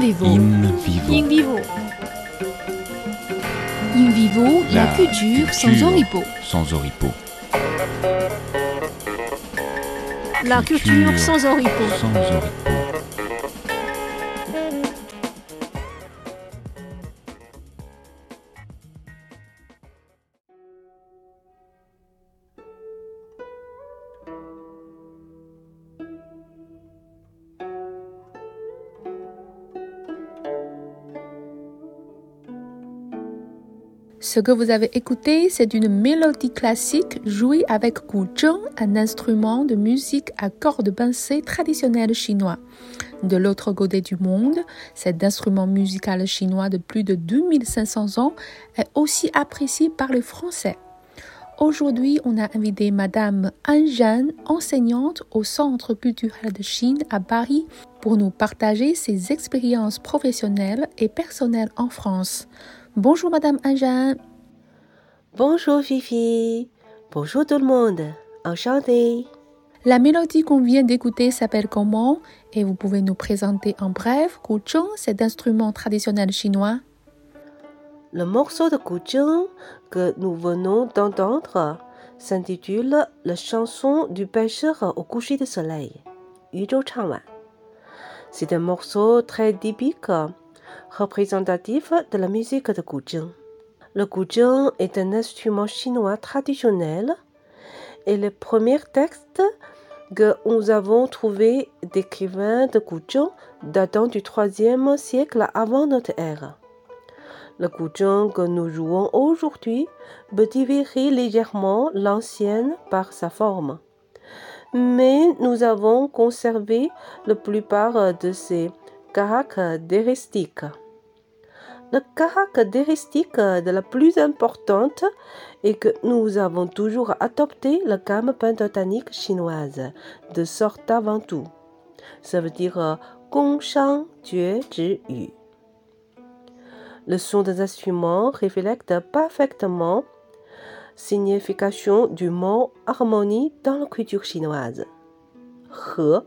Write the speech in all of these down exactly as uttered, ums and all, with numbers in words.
vivo. In vivo. In vivo. In vivo, la, La culture, culture sans oripeau. Sans oripeau. La culture sans oripeau. Sans oripeau. Ce que vous avez écouté, c'est une mélodie classique jouée avec guzheng, un instrument de musique à cordes pincées traditionnel chinois. De l'autre côté du monde, cet instrument musical chinois de plus de deux mille cinq cents ans est aussi apprécié par les Français. Aujourd'hui, on a invité Madame Han Zhan, enseignante au Centre culturel de Chine à Paris, pour nous partager ses expériences professionnelles et personnelles en France. Bonjour Madame Han Zhan. Bonjour Fifi. Bonjour tout le monde. Enchantée. La mélodie qu'on vient d'écouter s'appelle comment? Et vous pouvez nous présenter en bref guzheng, cet instrument traditionnel chinois? Le morceau de guzheng que nous venons d'entendre s'intitule La chanson du pêcheur au coucher du soleil. 渔舟唱晚. C'est un morceau très typique, représentatif de la musique de guzheng. Le guzheng est un instrument chinois traditionnel et le premier texte que nous avons trouvé d'écrivains de guzheng datant du troisième siècle avant notre ère. Le guzheng que nous jouons aujourd'hui peut différer légèrement l'ancienne par sa forme, mais nous avons conservé la plupart de ses caractéristiques. La caractéristique de la plus importante est que nous avons toujours adopté la gamme pentatonique chinoise de sorte avant tout. Ça veut dire gong, shang, jue, zhi, yu. Le son des instruments reflète parfaitement la signification du mot harmonie dans la culture chinoise. He.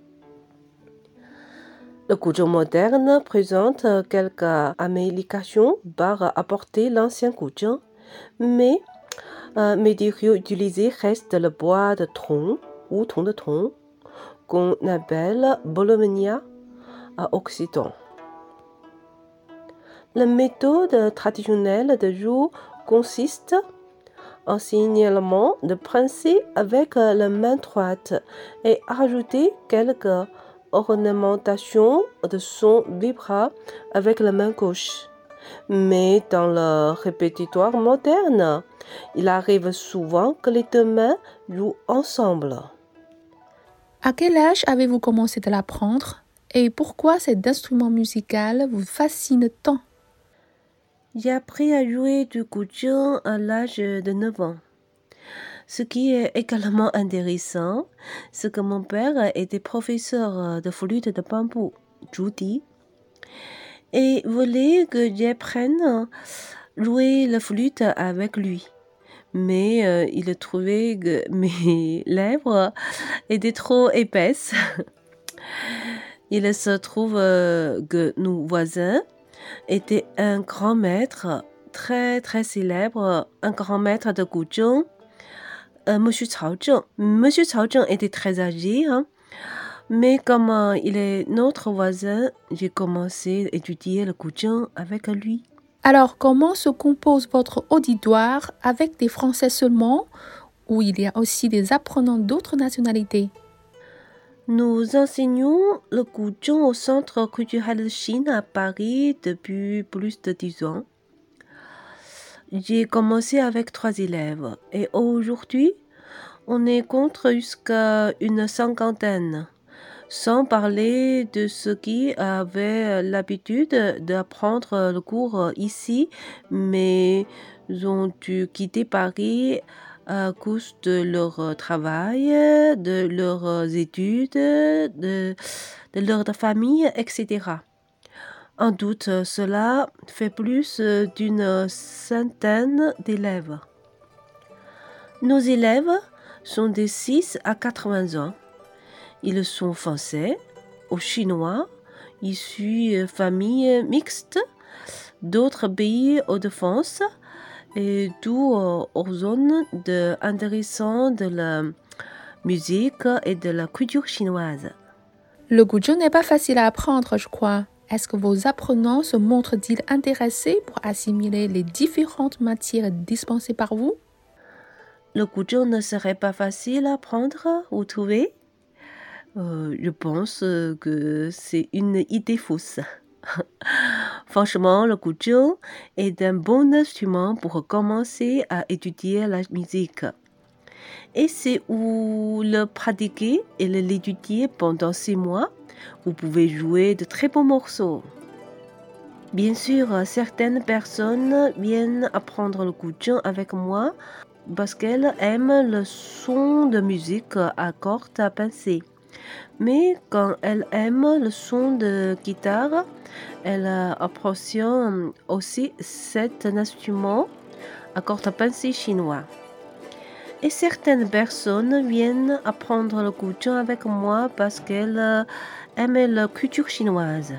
Le guzheng moderne présente quelques améliorations par apporter l'ancien guzheng, mais euh, matériaux utilisés restent le bois de tronc ou tronc de tronc, qu'on appelle bolomnia à occitan. La méthode traditionnelle de jeu consiste en signalement de pincer avec la main droite et ajouter quelques ornementations de son vibra avec la main gauche. Mais dans le répétitoire moderne, il arrive souvent que les deux mains jouent ensemble. À quel âge avez-vous commencé de l'apprendre et pourquoi cet instrument musical vous fascine tant? J'ai appris à jouer du guzheng à l'âge de neuf ans. Ce qui est également intéressant, c'est que mon père était professeur de flûte de bambou, zhudi, et voulait que j'apprenne à jouer la flûte avec lui. Mais euh, il trouvait que mes lèvres étaient trop épaisses. Il se trouve euh, que nos voisins étaient un grand maître, très très célèbre, un grand maître de guzheng, Euh, Monsieur Cao Zheng. Monsieur Cao Zheng était très âgé, hein? Mais comme euh, il est notre voisin, j'ai commencé à étudier le guzheng avec lui. Alors, comment se compose votre auditoire avec des Français seulement ou il y a aussi des apprenants d'autres nationalités? Nous enseignons le guzheng au Centre culturel de Chine à Paris depuis plus de dix ans. J'ai commencé avec trois élèves et aujourd'hui, on est contre jusqu'à une cinquantaine, sans parler de ceux qui avaient l'habitude d'apprendre le cours ici, mais ont dû quitter Paris à cause de leur travail, de leurs études, de, de leur famille, et cetera. En doute, cela fait plus d'une centaine d'élèves. Nos élèves sont de six à quatre-vingts ans. Ils sont français ou chinois issus de familles mixtes d'autres pays de France et d'où aux zones de intéressant de la musique et de la culture chinoise. Le guzheng n'est pas facile à apprendre, je crois. Est-ce que vos apprenants se montrent-ils intéressés pour assimiler les différentes matières dispensées par vous? Le guzheng ne serait pas facile à apprendre ou trouver? Euh, je pense que c'est une idée fausse. Franchement, le guzheng est un bon instrument pour commencer à étudier la musique. Et c'est où le pratiquer et l'étudier pendant six mois, vous pouvez jouer de très bons morceaux. Bien sûr, certaines personnes viennent apprendre le guzheng avec moi parce qu'elles aiment le son de musique à cordes à pincer. Mais quand elles aiment le son de guitare, elles apprécient aussi cet instrument à cordes à pincer chinois. Et certaines personnes viennent apprendre le guzheng avec moi parce qu'elles aiment la culture chinoise.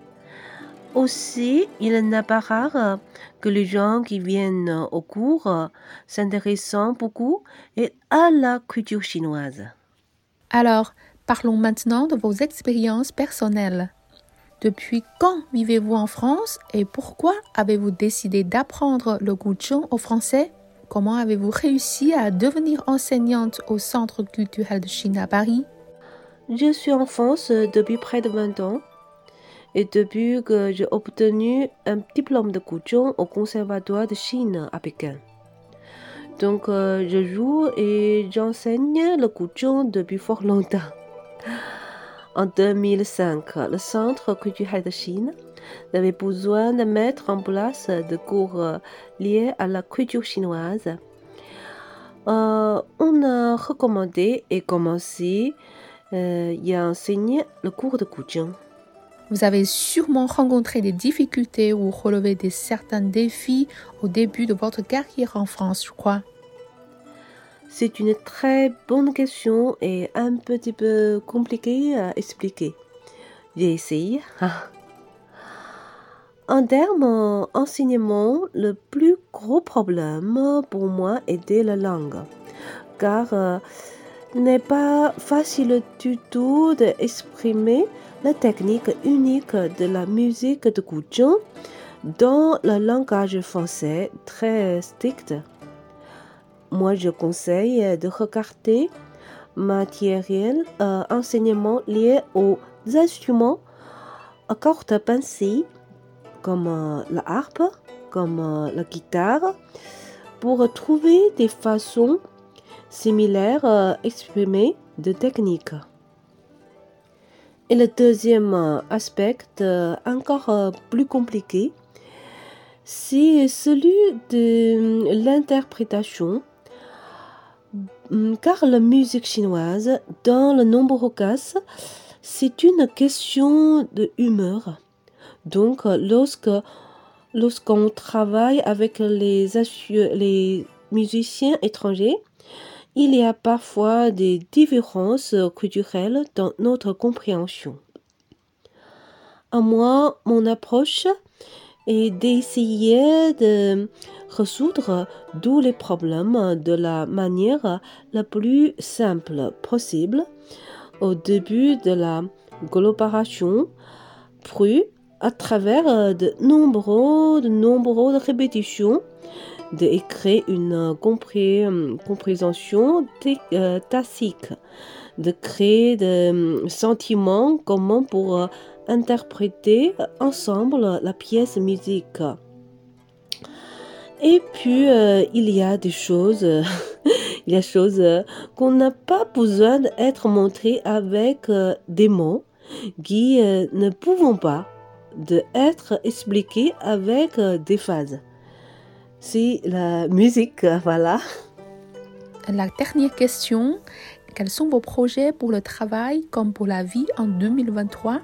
Aussi, il n'est pas rare que les gens qui viennent au cours s'intéressent beaucoup à la culture chinoise. Alors, parlons maintenant de vos expériences personnelles. Depuis quand vivez-vous en France et pourquoi avez-vous décidé d'apprendre le guzheng au français? Comment avez-vous réussi à devenir enseignante au Centre culturel de Chine à Paris? Je suis en France depuis près de vingt ans et depuis que j'ai obtenu un diplôme de guzheng au Conservatoire de Chine à Pékin. Donc, euh, je joue et j'enseigne le guzheng depuis fort longtemps. En deux mille cinq, le Centre culturel de Chine avait besoin de mettre en place des cours liés à la culture chinoise. Euh, on a recommandé et commencé euh, à enseigner le cours de guzheng. Vous avez sûrement rencontré des difficultés ou relevé des certains défis au début de votre carrière en France, je crois. C'est une très bonne question et un petit peu compliquée à expliquer. J'ai essayé. En termes d'enseignement, le plus gros problème pour moi était la langue, car euh, il n'est pas facile du tout d'exprimer la technique unique de la musique de guzheng dans le langage français très strict. Moi, je conseille de regarder matériel euh, enseignement lié aux instruments à cordes pincées, comme euh, la harpe, comme euh, la guitare, pour trouver des façons similaires à exprimer de techniques. Et le deuxième aspect, euh, encore euh, plus compliqué, c'est celui de l'interprétation. Car la musique chinoise, dans le nombreux cas, c'est une question de humeur. Donc, lorsque, lorsqu'on travaille avec les, les musiciens étrangers, il y a parfois des différences culturelles dans notre compréhension. À moi, mon approche est d'essayer de résoudre tous les problèmes de la manière la plus simple possible au début de la collaboration, puis à travers de nombreuses, de nombreuses répétitions, d'écrire une compréhension tacite, de créer des sentiments communs pour interpréter ensemble la pièce musique. Et puis, euh, il y a des choses, il y a des choses qu'on n'a pas besoin d'être montrées avec euh, des mots qui euh, ne pouvons pas d'être expliqués avec euh, des phases. C'est la musique, voilà. La dernière question, quels sont vos projets pour le travail comme pour la vie en deux mille vingt-trois?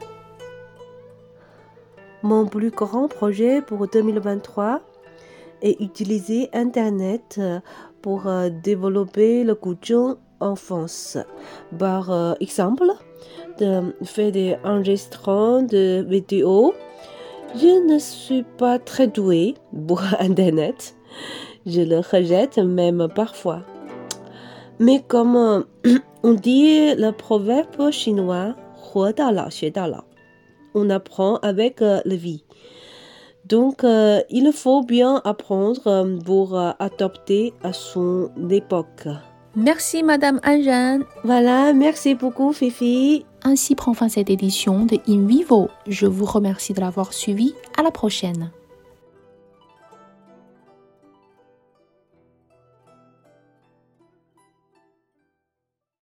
Mon plus grand projet pour deux mille vingt-trois est utiliser Internet pour développer le guzheng enfance. Par euh, exemple, de faire des enregistrements de vidéos. Je ne suis pas très douée pour Internet. Je le rejette même parfois. Mais comme euh, on dit le proverbe chinois, 活到老学到老, on apprend avec euh, la vie. Donc, euh, il faut bien apprendre euh, pour euh, adopter à son époque. Merci Madame Anjan. Voilà, merci beaucoup Fifi. Ainsi prend fin cette édition de In Vivo. Je vous remercie de l'avoir suivi. À la prochaine.